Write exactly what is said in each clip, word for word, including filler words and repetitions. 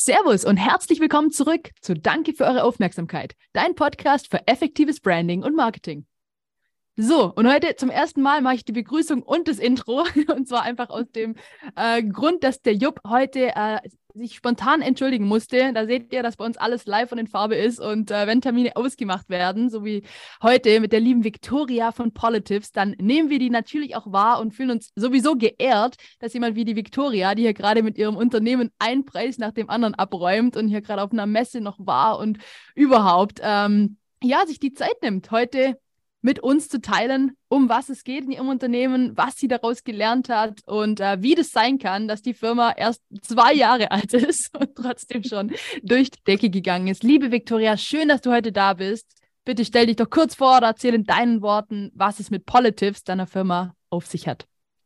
Servus und herzlich willkommen zurück zu Danke für eure Aufmerksamkeit, dein Podcast für effektives Branding und Marketing. So, und heute zum ersten Mal mache ich die Begrüßung und das Intro, und zwar einfach aus dem äh, Grund, dass der Jupp heute äh, sich spontan entschuldigen musste. Da seht ihr, dass bei uns alles live und in Farbe ist, und äh, wenn Termine ausgemacht werden, so wie heute mit der lieben Victoria von Politives, dann nehmen wir die natürlich auch wahr und fühlen uns sowieso geehrt, dass jemand wie die Victoria, die hier gerade mit ihrem Unternehmen einen Preis nach dem anderen abräumt und hier gerade auf einer Messe noch war und überhaupt, ähm, ja, sich die Zeit nimmt, heute mit uns zu teilen, um was es geht in ihrem Unternehmen, was sie daraus gelernt hat und äh, wie das sein kann, dass die Firma erst zwei Jahre alt ist und trotzdem schon durch die Decke gegangen ist. Liebe Victoria, schön, dass du heute da bist. Bitte stell dich doch kurz vor oder erzähl in deinen Worten, was es mit Politives, deiner Firma, auf sich hat.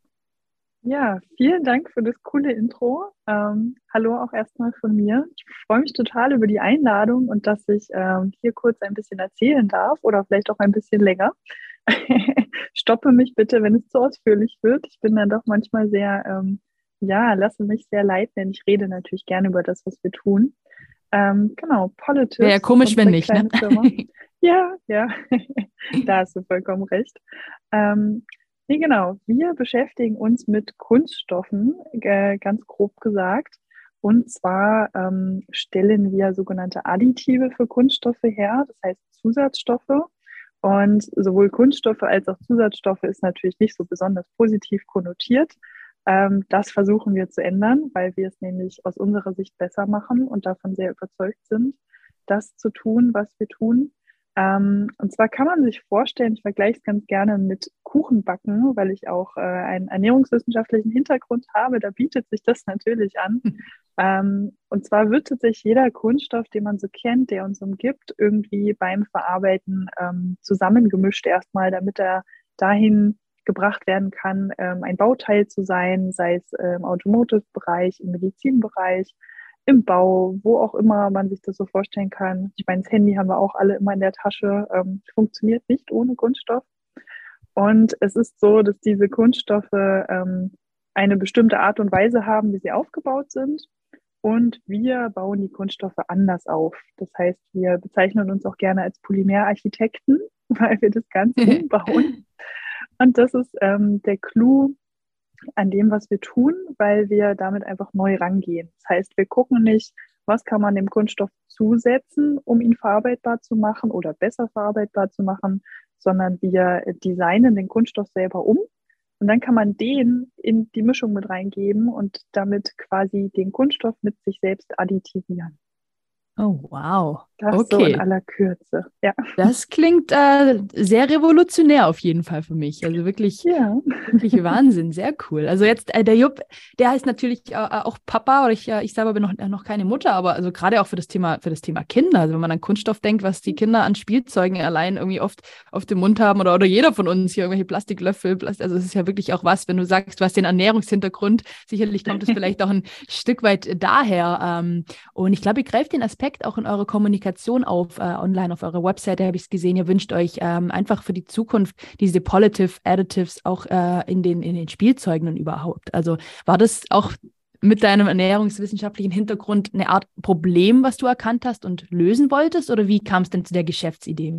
Ja, vielen Dank für das coole Intro. Ähm, hallo auch erstmal von mir. Ich freue mich total über die Einladung und dass ich ähm, hier kurz ein bisschen erzählen darf oder vielleicht auch ein bisschen länger. Stoppe mich bitte, wenn es zu ausführlich wird. Ich bin dann doch manchmal sehr, ähm, ja, lasse mich sehr leiten, denn ich rede natürlich gerne über das, was wir tun. Ähm, genau, Politives. Wäre ja komisch, wenn nicht, ne? Ja, ja, da hast du vollkommen recht. Ähm, Nee, genau. Wir beschäftigen uns mit Kunststoffen, äh, ganz grob gesagt. Und zwar ähm, stellen wir sogenannte Additive für Kunststoffe her, das heißt Zusatzstoffe. Und sowohl Kunststoffe als auch Zusatzstoffe ist natürlich nicht so besonders positiv konnotiert. Ähm, das versuchen wir zu ändern, weil wir es nämlich aus unserer Sicht besser machen und davon sehr überzeugt sind, das zu tun, was wir tun. Ähm, und zwar kann man sich vorstellen, ich vergleiche es ganz gerne mit Kuchenbacken, weil ich auch äh, einen ernährungswissenschaftlichen Hintergrund habe, da bietet sich das natürlich an. Ähm, und zwar wird sich jeder Kunststoff, den man so kennt, der uns umgibt, irgendwie beim Verarbeiten ähm, zusammengemischt erstmal, damit er dahin gebracht werden kann, ähm, ein Bauteil zu sein, sei es äh, im Automotive-Bereich, im Medizinbereich, im Bau, wo auch immer man sich das so vorstellen kann. Ich meine, das Handy haben wir auch alle immer in der Tasche. Ähm, funktioniert nicht ohne Kunststoff. Und es ist so, dass diese Kunststoffe ähm, eine bestimmte Art und Weise haben, wie sie aufgebaut sind. Und wir bauen die Kunststoffe anders auf. Das heißt, wir bezeichnen uns auch gerne als Polymerarchitekten, weil wir das Ganze umbauen. Und das ist ähm, der Clou an dem, was wir tun, weil wir damit einfach neu rangehen. Das heißt, wir gucken nicht, was kann man dem Kunststoff zusetzen, um ihn verarbeitbar zu machen oder besser verarbeitbar zu machen, sondern wir designen den Kunststoff selber um und dann kann man den in die Mischung mit reingeben und damit quasi den Kunststoff mit sich selbst additivieren. Oh, wow. Das okay. So in aller Kürze, ja. Das klingt äh, sehr revolutionär auf jeden Fall für mich. Also wirklich, ja. wirklich Wahnsinn, sehr cool. Also jetzt, äh, der Jupp, der heißt natürlich äh, auch Papa, oder ich, äh, ich selber bin noch, äh, noch keine Mutter, aber also gerade auch für das Thema, für das Thema Kinder. Also wenn man an Kunststoff denkt, was die Kinder an Spielzeugen allein irgendwie oft auf dem Mund haben, oder, oder jeder von uns hier irgendwelche Plastiklöffel, Plast also es ist ja wirklich auch was, wenn du sagst, du hast den Ernährungshintergrund, sicherlich kommt es vielleicht auch ein Stück weit daher. Ähm, und ich glaube, ihr greift den Aspekt auch in eurer Kommunikation auf, äh, online auf eurer Webseite habe ich es gesehen, ihr wünscht euch ähm, einfach für die Zukunft diese Positive Additives auch äh, in, den, in den Spielzeugen und überhaupt. Also war das auch mit deinem ernährungswissenschaftlichen Hintergrund eine Art Problem, was du erkannt hast und lösen wolltest, oder wie kam es denn zu der Geschäftsidee?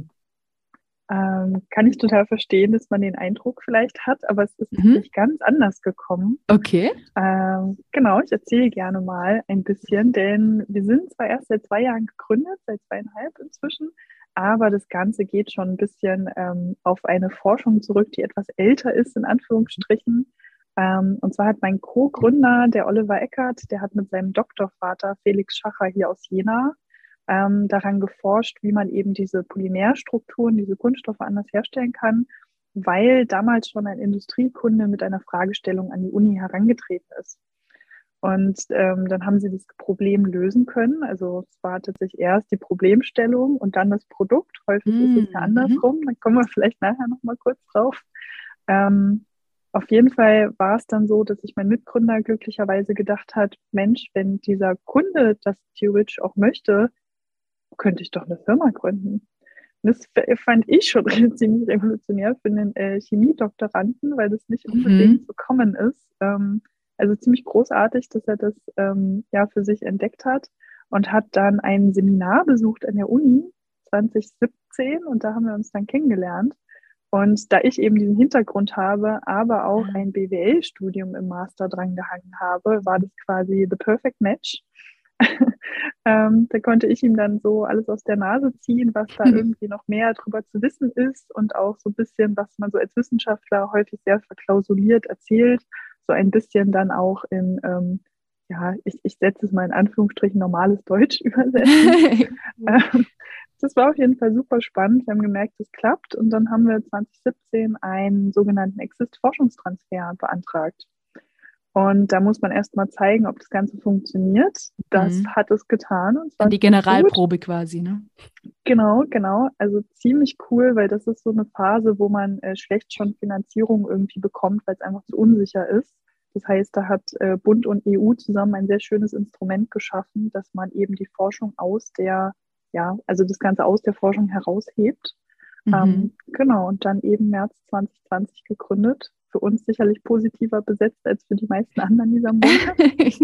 Ähm, kann ich total verstehen, dass man den Eindruck vielleicht hat, aber es ist mhm. natürlich ganz anders gekommen. Okay. Ähm, genau, ich erzähle gerne mal ein bisschen, denn wir sind zwar erst seit zwei Jahren gegründet, seit zweieinhalb inzwischen, aber das Ganze geht schon ein bisschen ähm, auf eine Forschung zurück, die etwas älter ist, in Anführungsstrichen. Ähm, und zwar hat mein Co-Gründer, der Oliver Eckert, der hat mit seinem Doktorvater Felix Schacher hier aus Jena Ähm, daran geforscht, wie man eben diese Polymerstrukturen, diese Kunststoffe anders herstellen kann, weil damals schon ein Industriekunde mit einer Fragestellung an die Uni herangetreten ist. Und ähm, dann haben sie das Problem lösen können. Also es war tatsächlich erst die Problemstellung und dann das Produkt. Häufig mm, ist es ja andersrum. Da kommen wir vielleicht nachher nochmal kurz drauf. Ähm, Auf jeden Fall war es dann so, dass sich mein Mitgründer glücklicherweise gedacht hat, Mensch, wenn dieser Kunde das theoretisch auch möchte, könnte ich doch eine Firma gründen. Und das fand ich schon ziemlich revolutionär für einen äh, Chemiedoktoranden, weil das nicht unbedingt mhm. so common ist, ähm, Also ziemlich großartig, dass er das ähm, ja für sich entdeckt hat und hat dann ein Seminar besucht an der Uni zwanzig siebzehn und da haben wir uns dann kennengelernt. Und da ich eben diesen Hintergrund habe, aber auch Ah. ein B W L-Studium im Master dran gehangen habe, war das quasi the perfect match. ähm, da konnte ich ihm dann so alles aus der Nase ziehen, was da irgendwie noch mehr drüber zu wissen ist und auch so ein bisschen, was man so als Wissenschaftler häufig sehr verklausuliert erzählt, so ein bisschen dann auch in, ähm, ja, ich, ich setze es mal in Anführungsstrichen normales Deutsch übersetzen. ähm, das war auf jeden Fall super spannend. Wir haben gemerkt, es klappt und dann haben wir zwanzig siebzehn einen sogenannten Exist-Forschungstransfer beantragt. Und da muss man erst mal zeigen, ob das Ganze funktioniert. Das Mhm. hat es getan und Dann zwar die ziemlich gut. Generalprobe quasi, ne? Genau, genau. Also ziemlich cool, weil das ist so eine Phase, wo man äh, schlecht schon Finanzierung irgendwie bekommt, weil es einfach zu unsicher ist. Das heißt, da hat äh, Bund und E U zusammen ein sehr schönes Instrument geschaffen, dass man eben die Forschung aus der, ja, also das Ganze aus der Forschung heraushebt. Mhm. Ähm, genau, und dann eben März zwanzig zwanzig gegründet. Für uns sicherlich positiver besetzt als für die meisten anderen dieser Monat.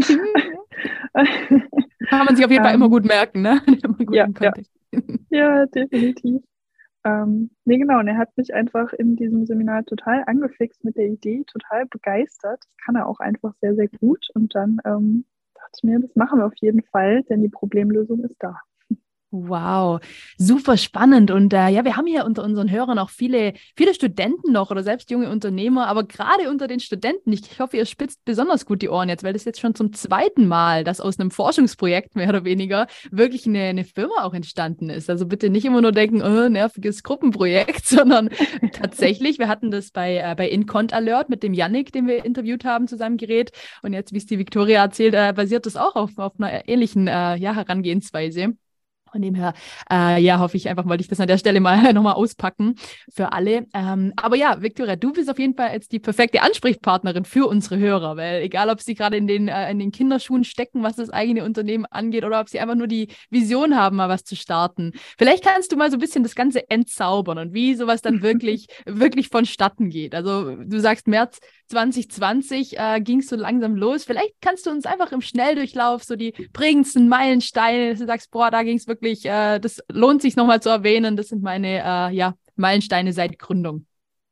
Kann man sich auf jeden Fall immer ähm, gut merken, ne? Immer gut ja, im ja, Kontext. ja, definitiv. Ähm, nee, genau, und er hat mich einfach in diesem Seminar total angefixt mit der Idee, total begeistert. Das kann er auch einfach sehr, sehr gut. Und dann ähm, dachte ich mir, das machen wir auf jeden Fall, denn die Problemlösung ist da. Wow, super spannend. Und äh, ja, wir haben hier unter unseren Hörern auch viele, viele Studenten noch oder selbst junge Unternehmer, aber gerade unter den Studenten, ich, ich hoffe, ihr spitzt besonders gut die Ohren jetzt, weil das jetzt schon zum zweiten Mal, dass aus einem Forschungsprojekt mehr oder weniger wirklich eine, eine Firma auch entstanden ist. Also bitte nicht immer nur denken, oh, nerviges Gruppenprojekt, sondern tatsächlich, wir hatten das bei, äh, bei InCont Alert mit dem Yannick, den wir interviewt haben zu seinem Gerät. Und jetzt, wie es die Victoria erzählt, äh, basiert das auch auf, auf einer ähnlichen äh, ja, Herangehensweise. Von dem her, äh, ja, hoffe ich einfach, wollte ich das an der Stelle mal nochmal auspacken für alle. Ähm, aber ja, Victoria, du bist auf jeden Fall jetzt die perfekte Ansprechpartnerin für unsere Hörer, weil egal, ob sie gerade in den, äh, in den Kinderschuhen stecken, was das eigene Unternehmen angeht, oder ob sie einfach nur die Vision haben, mal was zu starten. Vielleicht kannst du mal so ein bisschen das Ganze entzaubern und wie sowas dann wirklich, wirklich vonstatten geht. Also du sagst, März zwanzig zwanzig äh, ging es so langsam los. Vielleicht kannst du uns einfach im Schnelldurchlauf so die prägendsten Meilensteine, dass du sagst, boah, da ging es wirklich, äh, das lohnt sich nochmal zu erwähnen. Das sind meine äh, ja, Meilensteine seit Gründung.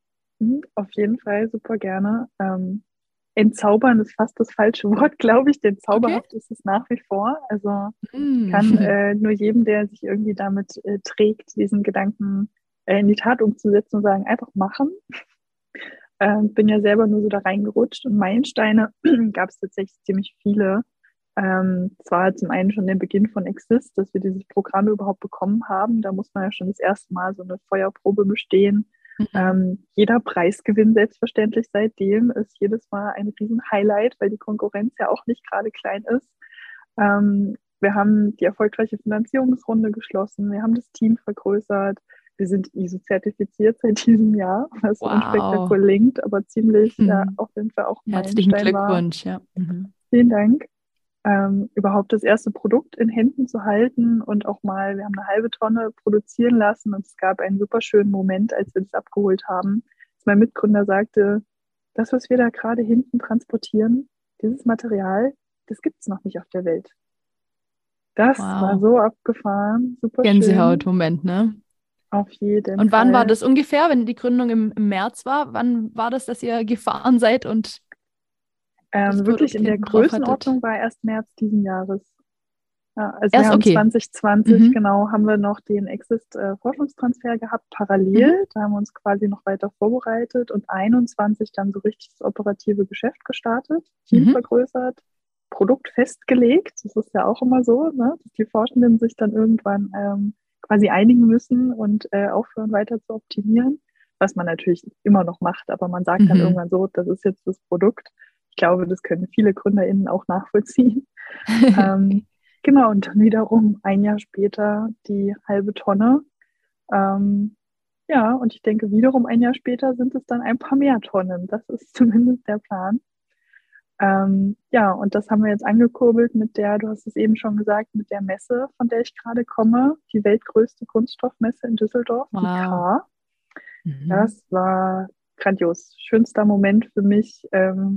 Auf jeden Fall, super gerne. Ähm, entzaubern ist fast das falsche Wort, glaube ich, denn Okay. zauberhaft ist es nach wie vor. Also Mm. kann äh, nur jedem, der sich irgendwie damit äh, trägt, diesen Gedanken äh, in die Tat umzusetzen und sagen, einfach machen. Ähm, bin ja selber nur so da reingerutscht und Meilensteine gab es tatsächlich ziemlich viele. Ähm, zwar zum einen schon der Beginn von Exist, dass wir dieses Programm überhaupt bekommen haben. Da muss man ja schon das erste Mal so eine Feuerprobe bestehen. Mhm. Ähm, jeder Preisgewinn selbstverständlich seitdem ist jedes Mal ein Riesen-Highlight, weil die Konkurrenz ja auch nicht gerade klein ist. Ähm, wir haben die erfolgreiche Finanzierungsrunde geschlossen, wir haben das Team vergrößert, wir sind I S O-zertifiziert seit diesem Jahr, was Wow. unspektakulär klingt, aber ziemlich äh, Mhm. auf jeden Fall auch ein Herzlichen Meilenstein war. Glückwunsch, ja. Mhm. Vielen Dank. Ähm, überhaupt das erste Produkt in Händen zu halten und auch mal, wir haben eine halbe Tonne produzieren lassen und es gab einen super schönen Moment, als wir das abgeholt haben, dass mein Mitgründer sagte, das, was wir da gerade hinten transportieren, dieses Material, das gibt es noch nicht auf der Welt. Das war Wow. so abgefahren, super schön, Gänsehaut-Moment, ne? auf jeden Und wann war Fall. das ungefähr, wenn die Gründung im, im März war? Wann war das, dass ihr gefahren seid und das Ähm, wirklich Produkt in der hinten drauf hattet? Größenordnung war erst März diesen Jahres. Ja, also wir Erst haben okay. zwanzig zwanzig, Mhm. genau, haben wir noch den Exist-Forschungstransfer gehabt, Mhm. parallel. Da haben wir uns quasi noch weiter vorbereitet und einundzwanzig dann so richtig das operative Geschäft gestartet, Team Mhm. vergrößert, Produkt festgelegt. Das ist ja auch immer so, ne, dass die Forschenden sich dann irgendwann ähm, quasi einigen müssen und äh, aufhören weiter zu optimieren, was man natürlich immer noch macht, aber man sagt dann Mhm. irgendwann so, das ist jetzt das Produkt. Ich glaube, das können viele GründerInnen auch nachvollziehen. Ähm, genau, und dann wiederum ein Jahr später die halbe Tonne. Ähm, ja, und ich denke, wiederum ein Jahr später sind es dann ein paar mehr Tonnen. Das ist zumindest der Plan. Ähm, ja, und das haben wir jetzt angekurbelt mit der, du hast es eben schon gesagt, mit der Messe, von der ich gerade komme, die weltgrößte Kunststoffmesse in Düsseldorf, die Wow. K. Mhm. Das war grandios. Schönster Moment für mich. Ähm,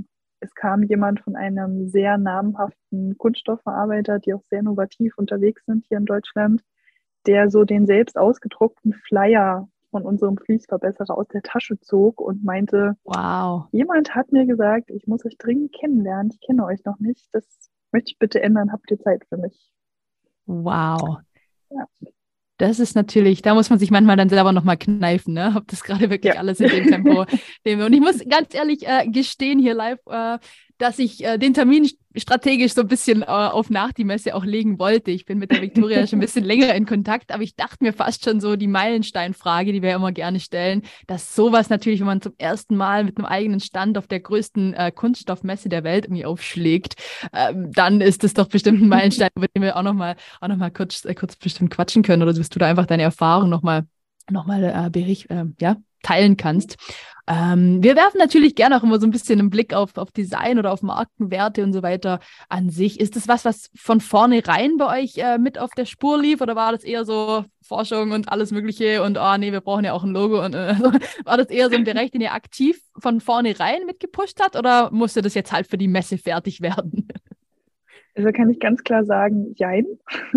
es kam jemand von einem sehr namhaften Kunststoffverarbeiter, die auch sehr innovativ unterwegs sind hier in Deutschland, der so den selbst ausgedruckten Flyer von unserem Fließverbesserer aus der Tasche zog und meinte, Wow. jemand hat mir gesagt, ich muss euch dringend kennenlernen, ich kenne euch noch nicht, das möchte ich bitte ändern, habt ihr Zeit für mich? Wow. Ja. Das ist natürlich, da muss man sich manchmal dann selber nochmal kneifen, ne? Ob das gerade wirklich Ja. alles in dem Tempo nehme. Und ich muss ganz ehrlich äh, gestehen hier live, äh, dass ich äh, den Termin strategisch so ein bisschen äh, auf nach die Messe auch legen wollte. Ich bin mit der Viktoria schon ein bisschen länger in Kontakt, aber ich dachte mir fast schon so die Meilensteinfrage, die wir ja immer gerne stellen, dass sowas natürlich, wenn man zum ersten Mal mit einem eigenen Stand auf der größten äh, Kunststoffmesse der Welt irgendwie aufschlägt, ähm, dann ist das doch bestimmt ein Meilenstein, über den wir auch nochmal auch noch mal kurz, äh, kurz bestimmt quatschen können, oder wirst du da einfach deine Erfahrung nochmal noch mal, äh, bericht, äh, ja, teilen kannst. Ähm, wir werfen natürlich gerne auch immer so ein bisschen einen Blick auf, auf Design oder auf Markenwerte und so weiter an sich. Ist das was, was von vornherein bei euch äh, mit auf der Spur lief, oder war das eher so Forschung und alles Mögliche und ah nee, wir brauchen ja auch ein Logo und äh, war das eher so ein Bereich, den ihr aktiv von vornherein mitgepusht habt, oder musste das jetzt halt für die Messe fertig werden? Also kann ich ganz klar sagen, jein.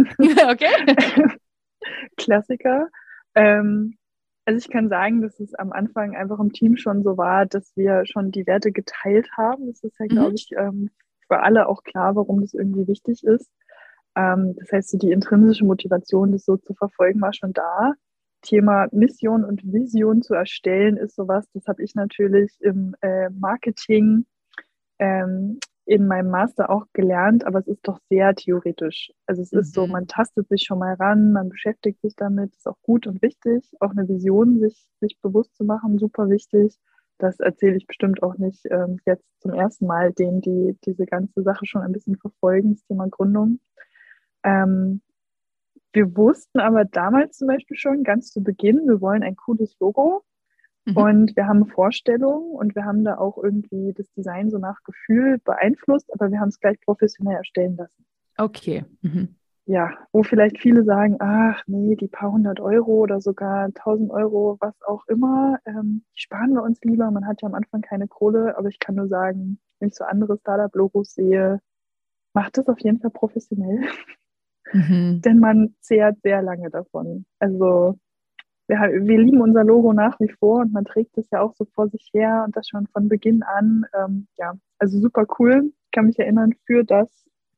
Okay. Klassiker. Ähm, also ich kann sagen, dass es am Anfang einfach im Team schon so war, dass wir schon die Werte geteilt haben. Das ist ja, glaube Mhm. ich, ähm, für alle auch klar, warum das irgendwie wichtig ist. Ähm, das heißt, so die intrinsische Motivation, das so zu verfolgen, war schon da. Thema Mission und Vision zu erstellen, ist sowas, das habe ich natürlich im äh, Marketing ähm, in meinem Master auch gelernt, aber es ist doch sehr theoretisch. Also es ist so, Mhm. man tastet sich schon mal ran, man beschäftigt sich damit, ist auch gut und wichtig, auch eine Vision sich, sich bewusst zu machen, super wichtig. Das erzähle ich bestimmt auch nicht ähm, jetzt zum ersten Mal, denen die diese ganze Sache schon ein bisschen verfolgen, das Thema Gründung. Ähm, wir wussten aber damals zum Beispiel schon ganz zu Beginn, wir wollen ein cooles Logo. Mhm. Und wir haben Vorstellungen und wir haben da auch irgendwie das Design so nach Gefühl beeinflusst, aber wir haben es gleich professionell erstellen lassen. Okay. Mhm. Ja, wo vielleicht viele sagen, ach nee, die paar hundert Euro oder sogar tausend Euro, was auch immer, ähm, die sparen wir uns lieber. Man hat ja am Anfang keine Kohle, aber ich kann nur sagen, wenn ich so andere Startup-Logos sehe, macht es auf jeden Fall professionell, Mhm. denn man zehrt sehr lange davon. Also Wir, wir lieben unser Logo nach wie vor und man trägt es ja auch so vor sich her und das schon von Beginn an. Ähm, ja, also super cool. Ich kann mich erinnern, für das,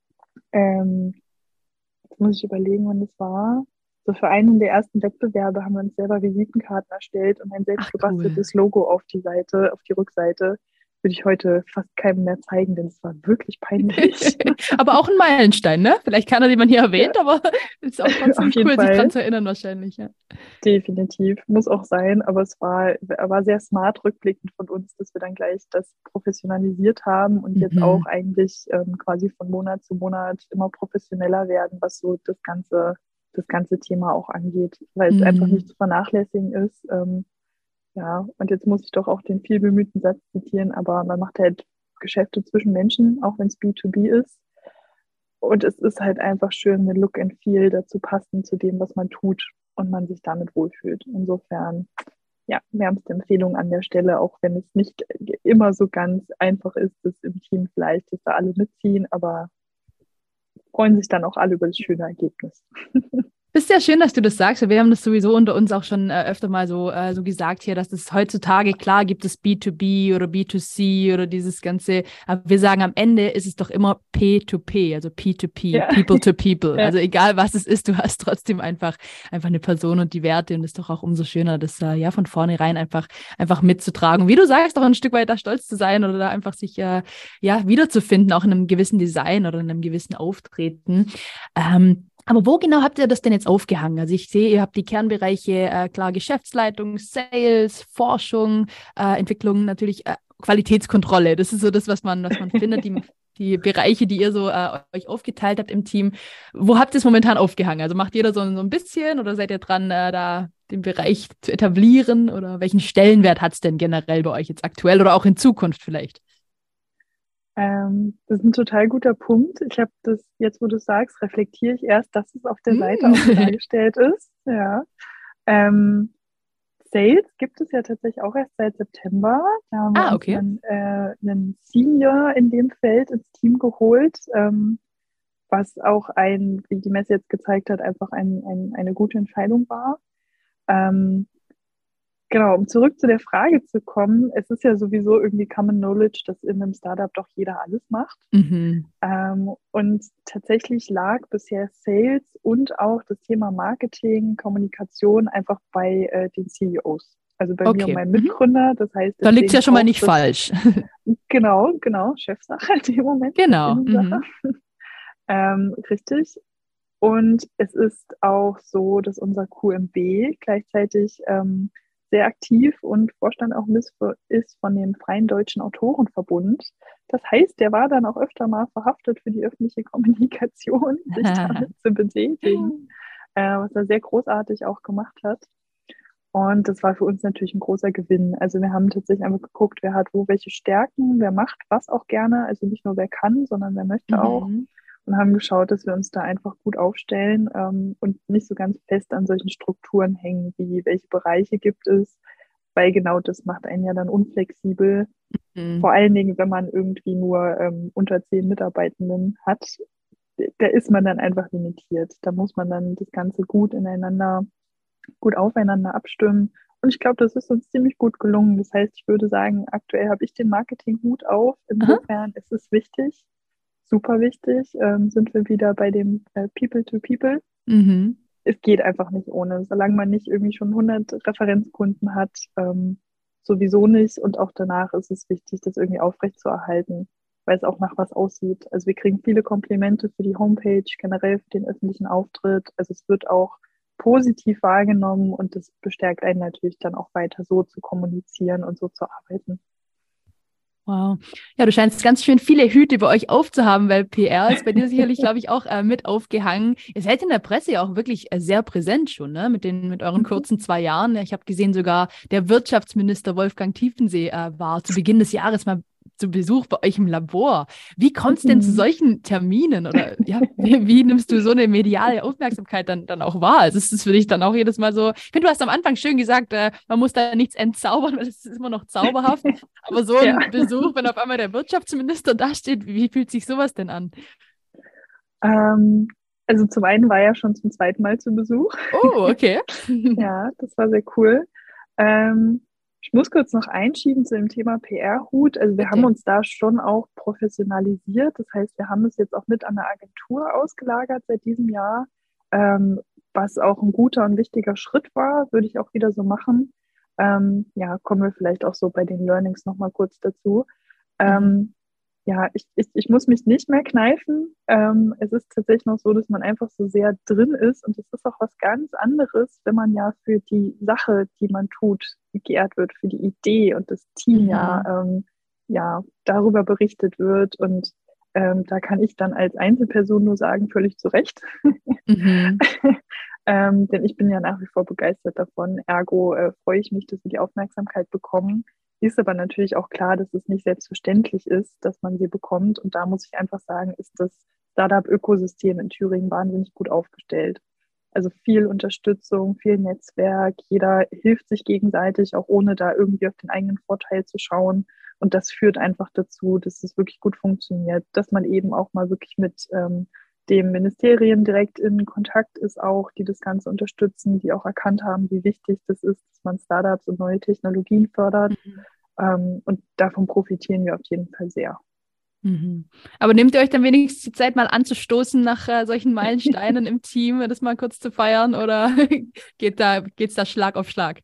ähm, jetzt muss ich überlegen, wann das war. So für einen der ersten Wettbewerbe haben wir uns selber Visitenkarten erstellt und ein selbst Ach, cool. gebasteltes Logo auf die Seite, auf die Rückseite. Würde ich heute fast keinem mehr zeigen, denn es war wirklich peinlich. Aber auch ein Meilenstein, ne? Vielleicht keiner, den man hier Ja, erwähnt, aber es ist auch trotzdem auf jeden cool, sich Fall. dran zu erinnern wahrscheinlich, ja. Definitiv, muss auch sein, aber es war, war sehr smart rückblickend von uns, dass wir dann gleich das professionalisiert haben und jetzt auch Mhm. eigentlich ähm, quasi von Monat zu Monat immer professioneller werden, was so das ganze, das ganze Thema auch angeht, weil es einfach nicht Mhm. zu vernachlässigen ist. Ähm, ja, und jetzt muss ich doch auch den viel bemühten Satz zitieren, aber man macht halt Geschäfte zwischen Menschen, auch wenn es B zwei B ist. Und es ist halt einfach schön, mit Look and Feel dazu passen, zu dem, was man tut und man sich damit wohlfühlt. Insofern, ja, wärmste Empfehlung an der Stelle, auch wenn es nicht immer so ganz einfach ist, dass im Team vielleicht, dass da alle mitziehen, aber freuen sich dann auch alle über das schöne Ergebnis. Das ist ja schön, dass du das sagst. Wir haben das sowieso unter uns auch schon äh, öfter mal so, äh, so gesagt hier, dass es heutzutage, klar gibt es B zwei B oder B zwei C oder dieses Ganze, aber wir sagen, am Ende ist es doch immer P zwei P, also P zwei P, Ja. People to People. Ja. Also egal, was es ist, du hast trotzdem einfach, einfach eine Person und die Werte, und das ist doch auch umso schöner, das äh, ja von vornherein einfach, einfach mitzutragen. Wie du sagst, auch ein Stück weit da stolz zu sein oder da einfach sich äh, ja, wiederzufinden, auch in einem gewissen Design oder in einem gewissen Auftreten. Ähm, Aber wo genau habt ihr das denn jetzt aufgehangen? Also ich sehe, ihr habt die Kernbereiche, äh, klar, Geschäftsleitung, Sales, Forschung, äh, Entwicklung, natürlich äh, Qualitätskontrolle. Das ist so das, was man, was man findet, die, die Bereiche, die ihr so äh, euch aufgeteilt habt im Team. Wo habt ihr es momentan aufgehangen? Also macht jeder so, so ein bisschen oder seid ihr dran, äh, da den Bereich zu etablieren? Oder welchen Stellenwert hat es denn generell bei euch jetzt aktuell oder auch in Zukunft vielleicht? Ähm, das ist ein total guter Punkt. Ich habe das, jetzt wo du sagst, reflektiere ich erst, dass es auf der Seite Mm. auch so dargestellt ist. Ja. Ähm, Sales gibt es ja tatsächlich auch erst seit September. Da haben wir Ah, uns okay. einen, äh, einen Senior in dem Feld ins Team geholt, ähm, was auch ein, wie die Messe jetzt gezeigt hat, einfach ein, ein, eine gute Entscheidung war. Ähm, genau, um zurück zu der Frage zu kommen, es ist ja sowieso irgendwie Common Knowledge, dass in einem Startup doch jeder alles macht. Mhm. Ähm, und tatsächlich lag bisher Sales und auch das Thema Marketing, Kommunikation einfach bei äh, den C E Os. Also bei mir und Okay. meinem Mhm. Mitgründer. Das heißt, Dann liegt es ja deswegen schon mal auch nicht das, falsch. genau, genau, Chefsache in dem Moment, Genau. Chefin-Sache. Mhm. Ähm, richtig. Und es ist auch so, dass unser Q M B gleichzeitig ähm, sehr aktiv und Vorstand auch ist von dem Freien Deutschen Autorenverbund. Das heißt, der war dann auch öfter mal verhaftet für die öffentliche Kommunikation, sich damit zu betätigen, äh, was er sehr großartig auch gemacht hat. Und das war für uns natürlich ein großer Gewinn. Also wir haben tatsächlich einfach geguckt, wer hat wo welche Stärken, wer macht was auch gerne. Also nicht nur wer kann, sondern wer möchte auch. Mhm. Und haben geschaut, dass wir uns da einfach gut aufstellen ähm, und nicht so ganz fest an solchen Strukturen hängen, wie welche Bereiche gibt es, weil genau das macht einen ja dann unflexibel. Mhm. Vor allen Dingen, wenn man irgendwie nur ähm, unter zehn Mitarbeitenden hat, da ist man dann einfach limitiert. Da muss man dann das Ganze gut ineinander, gut aufeinander abstimmen. Und ich glaube, das ist uns ziemlich gut gelungen. Das heißt, ich würde sagen, aktuell habe ich den Marketing-Hut auf. Aha. Insofern ist es wichtig, super wichtig. Ähm, sind wir wieder bei dem äh, People to People. Mhm. Es geht einfach nicht ohne. Solange man nicht irgendwie schon hundert Referenzkunden hat, ähm, sowieso nicht. Und auch danach ist es wichtig, das irgendwie aufrechtzuerhalten, weil es auch nach was aussieht. Also wir kriegen viele Komplimente für die Homepage, generell für den öffentlichen Auftritt. Also es wird auch positiv wahrgenommen und das bestärkt einen natürlich dann auch weiter so zu kommunizieren und so zu arbeiten. Wow. Ja, du scheinst ganz schön viele Hüte bei euch aufzuhaben, weil P R ist bei dir sicherlich, glaube ich, auch äh, mit aufgehangen. Ihr seid in der Presse ja auch wirklich äh, sehr präsent schon, ne? Mit den, mit euren Mhm. kurzen zwei Jahren. Ich habe gesehen, sogar der Wirtschaftsminister Wolfgang Tiefensee äh, war zu Beginn des Jahres mal zu Besuch bei euch im Labor. Wie kommt es denn zu Mhm. solchen Terminen? Oder ja, wie, wie nimmst du so eine mediale Aufmerksamkeit dann, dann auch wahr? Also ist es für dich dann auch jedes Mal so, ich finde, du hast am Anfang schön gesagt, äh, man muss da nichts entzaubern, weil es ist immer noch zauberhaft. Aber so Ja. ein Besuch, wenn auf einmal der Wirtschaftsminister da steht, wie fühlt sich sowas denn an? Ähm, also zum einen war er schon zum zweiten Mal zu Besuch. Oh, okay. Ja, das war sehr cool. Ähm, ich muss kurz noch einschieben zu dem Thema P R-Hut. Also wir haben Bitte. uns da schon auch professionalisiert. Das heißt, wir haben es jetzt auch mit an der Agentur ausgelagert seit diesem Jahr, ähm, was auch ein guter und wichtiger Schritt war, würde ich auch wieder so machen. Ähm, ja, kommen wir vielleicht auch so bei den Learnings nochmal kurz dazu. Mhm. Ähm, ja, ich, ich, ich muss mich nicht mehr kneifen. Ähm, es ist tatsächlich noch so, dass man einfach so sehr drin ist. Und es ist auch was ganz anderes, wenn man ja für die Sache, die man tut, geehrt wird, für die Idee und das Team ja, Mhm. ähm, ja darüber berichtet wird. Und ähm, da kann ich dann als Einzelperson nur sagen, völlig zu Recht. Mhm. ähm, denn ich bin ja nach wie vor begeistert davon. Ergo äh, freue ich mich, dass wir die Aufmerksamkeit bekommen. Ist aber natürlich auch klar, dass es nicht selbstverständlich ist, dass man sie bekommt. Und da muss ich einfach sagen, ist das Startup-Ökosystem in Thüringen wahnsinnig gut aufgestellt. Also viel Unterstützung, viel Netzwerk, jeder hilft sich gegenseitig, auch ohne da irgendwie auf den eigenen Vorteil zu schauen. Und das führt einfach dazu, dass es wirklich gut funktioniert, dass man eben auch mal wirklich mit ähm, dem Ministerien direkt in Kontakt ist, auch die das Ganze unterstützen, die auch erkannt haben, wie wichtig das ist, dass man Startups und neue Technologien fördert. Mhm. Ähm, und davon profitieren wir auf jeden Fall sehr. Mhm. Aber nehmt ihr euch dann wenigstens die Zeit, mal anzustoßen nach äh, solchen Meilensteinen im Team, das mal kurz zu feiern, oder geht da, geht's da Schlag auf Schlag?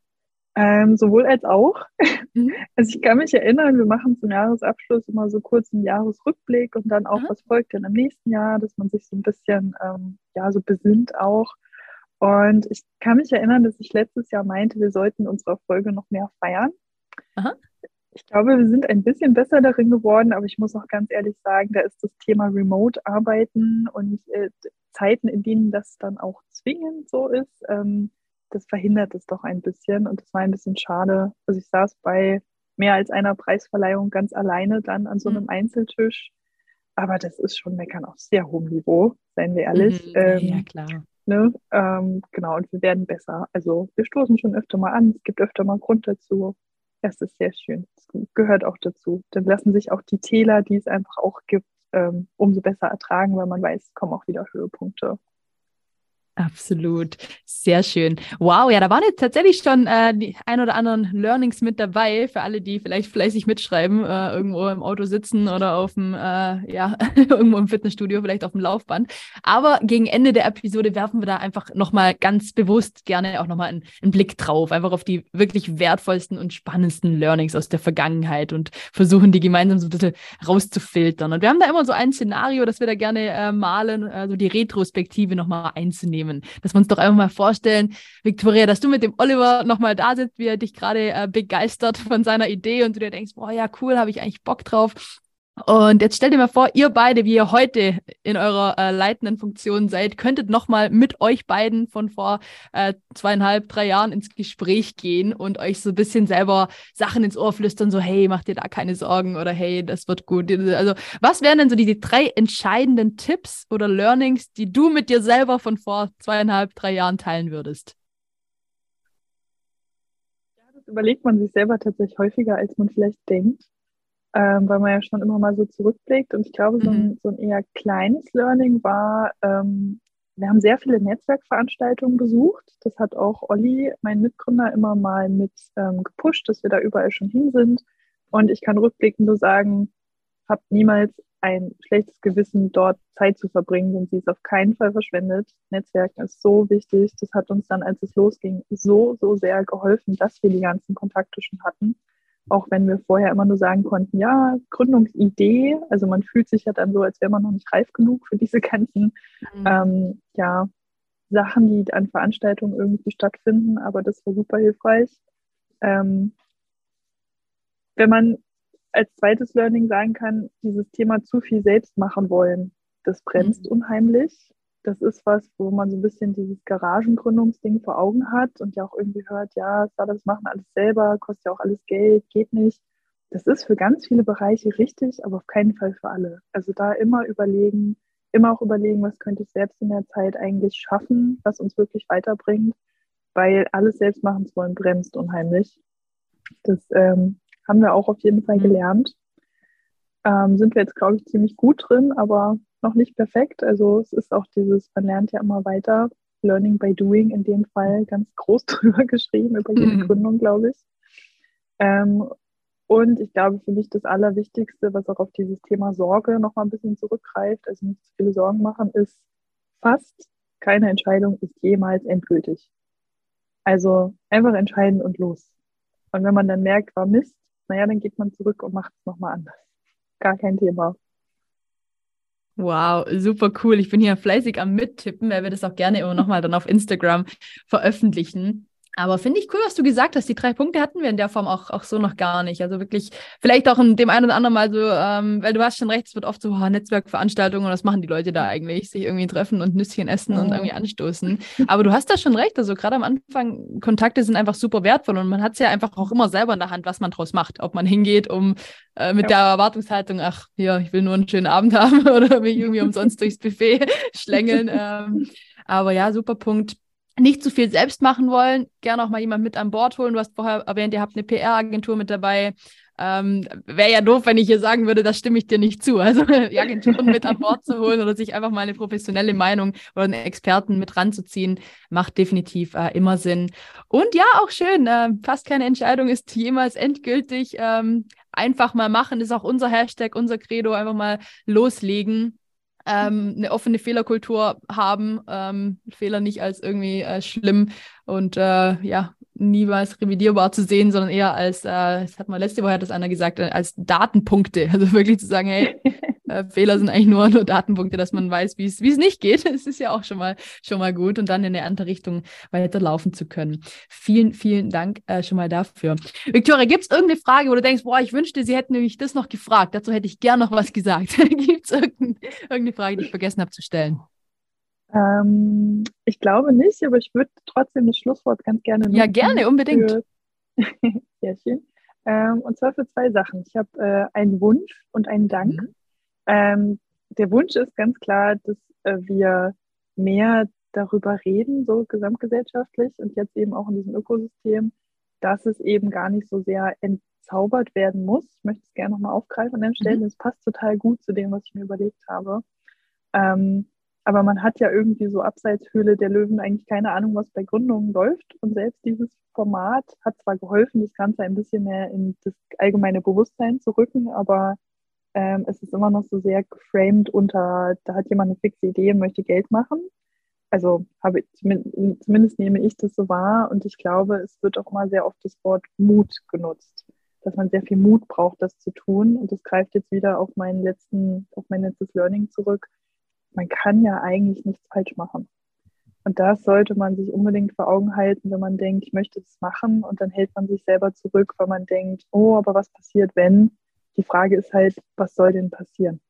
Ähm, sowohl als auch. Mhm. Also ich kann mich erinnern, wir machen zum Jahresabschluss immer so kurz einen Jahresrückblick und dann auch, Aha. was folgt denn im nächsten Jahr, dass man sich so ein bisschen ähm, ja so besinnt auch. Und ich kann mich erinnern, dass ich letztes Jahr meinte, wir sollten unsere Erfolge noch mehr feiern. Aha. Ich glaube, wir sind ein bisschen besser darin geworden, aber ich muss auch ganz ehrlich sagen, da ist das Thema Remote-Arbeiten und äh, Zeiten, in denen das dann auch zwingend so ist, ähm, das verhindert es doch ein bisschen und das war ein bisschen schade. Also ich saß bei mehr als einer Preisverleihung ganz alleine dann an so einem Einzeltisch, aber das ist schon Meckern auf sehr hohem Niveau, seien wir ehrlich. Mhm. Ja, ja, Ähm, klar. Ne? Ähm, genau, und wir werden besser. Also wir stoßen schon öfter mal an, es gibt öfter mal Grund dazu. Das ist sehr schön. Das gehört auch dazu. Dann lassen sich auch die Täler, die es einfach auch gibt, ähm, umso besser ertragen, weil man weiß, es kommen auch wieder Höhepunkte. Absolut. Sehr schön. Wow, ja, da waren jetzt tatsächlich schon äh, die ein oder anderen Learnings mit dabei für alle, die vielleicht fleißig mitschreiben, äh, irgendwo im Auto sitzen oder auf dem, äh, ja, irgendwo im Fitnessstudio, vielleicht auf dem Laufband. Aber gegen Ende der Episode werfen wir da einfach nochmal ganz bewusst gerne auch nochmal einen, einen Blick drauf, einfach auf die wirklich wertvollsten und spannendsten Learnings aus der Vergangenheit und versuchen, die gemeinsam so ein bisschen rauszufiltern. Und wir haben da immer so ein Szenario, das wir da gerne äh, malen, also die Retrospektive nochmal einzunehmen. Dass wir uns doch einfach mal vorstellen, Victoria, dass du mit dem Oliver nochmal da sitzt, wie er dich gerade äh, begeistert von seiner Idee und du dir denkst, boah, ja, cool, habe ich eigentlich Bock drauf. Und jetzt stell dir mal vor, ihr beide, wie ihr heute in eurer äh, leitenden Funktion seid, könntet nochmal mit euch beiden von vor äh, zweieinhalb, drei Jahren ins Gespräch gehen und euch so ein bisschen selber Sachen ins Ohr flüstern, so hey, mach dir da keine Sorgen oder hey, das wird gut. Also was wären denn so die, die drei entscheidenden Tipps oder Learnings, die du mit dir selber von vor zweieinhalb, drei Jahren teilen würdest? Ja, das überlegt man sich selber tatsächlich häufiger, als man vielleicht denkt. Ähm, weil man ja schon immer mal so zurückblickt. Und ich glaube, so Mhm. ein, so ein eher kleines Learning war, ähm, wir haben sehr viele Netzwerkveranstaltungen besucht. Das hat auch Olli, mein Mitgründer, immer mal mit ähm, gepusht, dass wir da überall schon hin sind. Und ich kann rückblickend nur sagen, habe niemals ein schlechtes Gewissen, dort Zeit zu verbringen, und sie ist auf keinen Fall verschwendet. Netzwerken ist so wichtig. Das hat uns dann, als es losging, so, so sehr geholfen, dass wir die ganzen Kontakte schon hatten. Auch wenn wir vorher immer nur sagen konnten, ja, Gründungsidee, also man fühlt sich ja dann so, als wäre man noch nicht reif genug für diese ganzen Mhm. ähm, ja, Sachen, die an Veranstaltungen irgendwie stattfinden, aber das war super hilfreich. Ähm, wenn man als zweites Learning sagen kann, dieses Thema zu viel selbst machen wollen, das bremst Mhm. unheimlich. Das ist was, wo man so ein bisschen dieses Garagengründungsding vor Augen hat und ja auch irgendwie hört, ja, Startups machen alles selber, kostet ja auch alles Geld, geht nicht. Das ist für ganz viele Bereiche richtig, aber auf keinen Fall für alle. Also da immer überlegen, immer auch überlegen, was könnte ich selbst in der Zeit eigentlich schaffen, was uns wirklich weiterbringt, weil alles selbst machen zu wollen bremst unheimlich. Das ähm, haben wir auch auf jeden Fall Mhm. gelernt. Ähm, sind wir jetzt, glaube ich, ziemlich gut drin, aber noch nicht perfekt. Also es ist auch dieses, man lernt ja immer weiter. Learning by doing in dem Fall ganz groß drüber geschrieben, über jede Gründung, glaube ich. Ähm, und ich glaube, für mich das Allerwichtigste, was auch auf dieses Thema Sorge noch mal ein bisschen zurückgreift, also nicht zu viele Sorgen machen, ist, fast keine Entscheidung ist jemals endgültig. Also einfach entscheiden und los. Und wenn man dann merkt, war Mist, naja, dann geht man zurück und macht es nochmal anders. Gar kein Thema. Wow, super cool. Ich bin hier fleißig am Mittippen, weil wir das auch gerne immer nochmal dann auf Instagram veröffentlichen. Aber finde ich cool, was du gesagt hast. Die drei Punkte hatten wir in der Form auch, auch so noch gar nicht. Also wirklich, vielleicht auch in dem einen oder anderen Mal so, ähm, weil du hast schon recht, es wird oft so, oh, Netzwerkveranstaltungen und was machen die Leute da eigentlich? Sich irgendwie treffen und Nüsschen essen und irgendwie anstoßen. Aber du hast da schon recht. Also gerade am Anfang, Kontakte sind einfach super wertvoll und man hat es ja einfach auch immer selber in der Hand, was man draus macht. Ob man hingeht, um äh, mit Ja. der Erwartungshaltung, ach, ja, ich will nur einen schönen Abend haben oder mich irgendwie umsonst durchs Buffet schlängeln. Ähm, aber ja, super Punkt. Nicht zu viel selbst machen wollen, gerne auch mal jemand mit an Bord holen. Du hast vorher erwähnt, ihr habt eine P R-Agentur mit dabei. Ähm, Wäre ja doof, wenn ich hier sagen würde, das stimme ich dir nicht zu. Also die Agenturen mit an Bord zu holen oder sich einfach mal eine professionelle Meinung oder einen Experten mit ranzuziehen, macht definitiv äh, immer Sinn. Und ja, auch schön, äh, fast keine Entscheidung ist jemals endgültig. Ähm, einfach mal machen ist auch unser Hashtag, unser Credo, einfach mal loslegen. Ähm, eine offene Fehlerkultur haben, ähm, Fehler nicht als irgendwie äh, schlimm und äh, ja, niemals revidierbar zu sehen, sondern eher als, äh, das hat mal letzte Woche hat das einer gesagt, äh, als Datenpunkte. Also wirklich zu sagen, hey, äh, Fehler sind eigentlich nur, nur Datenpunkte, dass man weiß, wie es nicht geht. Es ist ja auch schon mal, schon mal gut und dann in eine andere Richtung weiterlaufen zu können. Vielen, vielen Dank äh, schon mal dafür. Victoria, gibt es irgendeine Frage, wo du denkst, boah, ich wünschte, sie hätten nämlich das noch gefragt. Dazu hätte ich gern noch was gesagt. Gibt es irgendeine, irgendeine Frage, die ich vergessen habe zu stellen? Ähm, ich glaube nicht, aber ich würde trotzdem das Schlusswort ganz gerne Ja, nutzen gerne, unbedingt. für sehr schön. Ähm, und zwar für zwei Sachen. Ich habe äh, einen Wunsch und einen Dank. Mhm. Ähm, der Wunsch ist ganz klar, dass äh, wir mehr darüber reden, so gesamtgesellschaftlich und jetzt eben auch in diesem Ökosystem, dass es eben gar nicht so sehr entzaubert werden muss. Ich möchte es gerne nochmal aufgreifen an den Stellen. Es mhm. passt total gut zu dem, was ich mir überlegt habe. Ähm, aber man hat ja irgendwie so abseits Höhle der Löwen eigentlich keine Ahnung, was bei Gründungen läuft. Und selbst dieses Format hat zwar geholfen, das Ganze ein bisschen mehr in das allgemeine Bewusstsein zu rücken, aber ähm, es ist immer noch so sehr geframed unter, da hat jemand eine fixe Idee und möchte Geld machen. Also habe ich, zumindest nehme ich das so wahr und ich glaube, es wird auch immer sehr oft das Wort Mut genutzt, dass man sehr viel Mut braucht, das zu tun. Und das greift jetzt wieder auf meinen letzten, auf mein letztes Learning zurück. Man kann ja eigentlich nichts falsch machen. Und das sollte man sich unbedingt vor Augen halten, wenn man denkt, ich möchte das machen und dann hält man sich selber zurück, weil man denkt, oh, aber was passiert, wenn? Die Frage ist halt, was soll denn passieren?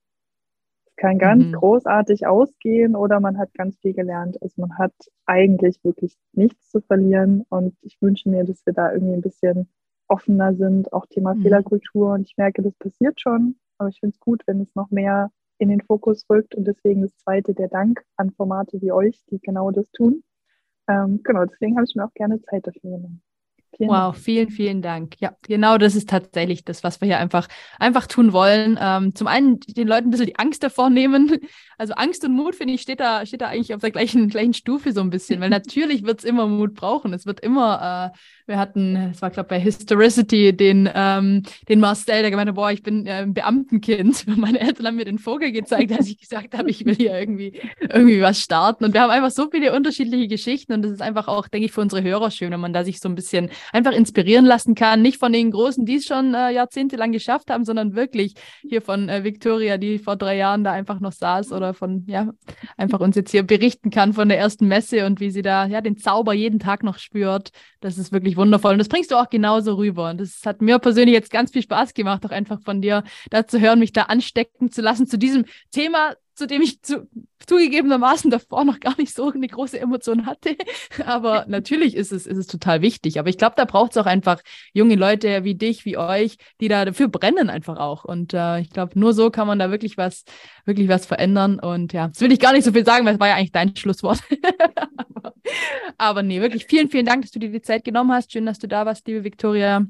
Es kann ganz mhm. großartig ausgehen oder man hat ganz viel gelernt. Also man hat eigentlich wirklich nichts zu verlieren und ich wünsche mir, dass wir da irgendwie ein bisschen offener sind, auch Thema mhm. Fehlerkultur. Und ich merke, das passiert schon, aber ich finde es gut, wenn es noch mehr in den Fokus rückt und deswegen das zweite, der Dank an Formate wie euch, die genau das tun. Ähm, genau, deswegen habe ich mir auch gerne Zeit dafür genommen. Vielen wow, Dank. vielen, vielen Dank. Ja, genau das ist tatsächlich das, was wir hier einfach, einfach tun wollen. Ähm, zum einen den Leuten ein bisschen die Angst davor nehmen. Also Angst und Mut, finde ich, steht da, steht da eigentlich auf der gleichen, gleichen Stufe so ein bisschen, weil natürlich wird es immer Mut brauchen. Es wird immer, äh, wir hatten, es war glaube ich bei Historicity, den, ähm, den Marcel, der gemeint hat, boah, ich bin äh, ein Beamtenkind. Meine Eltern haben mir den Vogel gezeigt, als ich gesagt habe, ich will hier irgendwie, irgendwie was starten. Und wir haben einfach so viele unterschiedliche Geschichten und das ist einfach auch, denke ich, für unsere Hörer schön, wenn man da sich so ein bisschen einfach inspirieren lassen kann. Nicht von den Großen, die es schon äh, jahrzehntelang geschafft haben, sondern wirklich hier von äh, Victoria, die vor drei Jahren da einfach noch saß oder von, ja, einfach uns jetzt hier berichten kann von der ersten Messe und wie sie da, ja, den Zauber jeden Tag noch spürt. Das ist wirklich wundervoll. Und das bringst du auch genauso rüber. Und das hat mir persönlich jetzt ganz viel Spaß gemacht, auch einfach von dir da zu hören, mich da anstecken zu lassen zu diesem Thema, zu dem ich zu, zugegebenermaßen davor noch gar nicht so eine große Emotion hatte. Aber natürlich ist es, ist es total wichtig. Aber ich glaube, da braucht es auch einfach junge Leute wie dich, wie euch, die da dafür brennen einfach auch. Und äh, ich glaube, nur so kann man da wirklich was, wirklich was verändern. Und ja, das will ich gar nicht so viel sagen, weil es war ja eigentlich dein Schlusswort. aber, aber nee, wirklich vielen, vielen Dank, dass du dir die Zeit genommen hast. Schön, dass du da warst, liebe Victoria.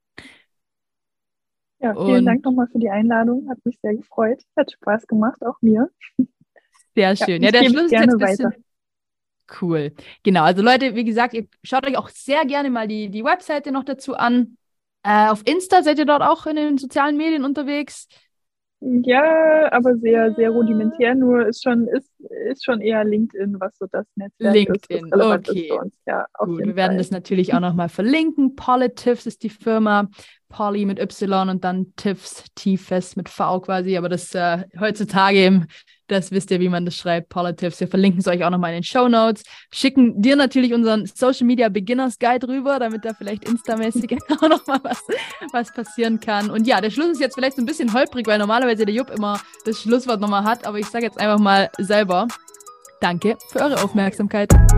Ja, vielen und Dank nochmal für die Einladung. Hat mich sehr gefreut. Hat Spaß gemacht, auch mir. Sehr schön. Ja, ja, der Schluss ist jetzt ein bisschen cool. Genau, also Leute, wie gesagt, ihr schaut euch auch sehr gerne mal die, die Webseite noch dazu an. Äh, auf Insta seid ihr dort auch in den sozialen Medien unterwegs? Ja, aber sehr, sehr rudimentär, nur ist schon, ist, ist schon eher LinkedIn, was so das Netzwerk LinkedIn, ist, was relevant okay. ist für uns. Ja, auf Gut, jeden wir werden Fall. das natürlich auch nochmal verlinken. Politives ist die Firma, Poly mit Y und dann Tiffs, Tiefes mit V quasi, aber das äh, heutzutage, das wisst ihr, wie man das schreibt, Politives. Wir verlinken es euch auch nochmal in den Shownotes. Schicken dir natürlich unseren Social Media Beginners Guide rüber, damit da vielleicht instamäßig auch nochmal was, was passieren kann. Und ja, der Schluss ist jetzt vielleicht so ein bisschen holprig, weil normalerweise der Jupp immer das Schlusswort nochmal hat, aber ich sage jetzt einfach mal selber, danke für eure Aufmerksamkeit.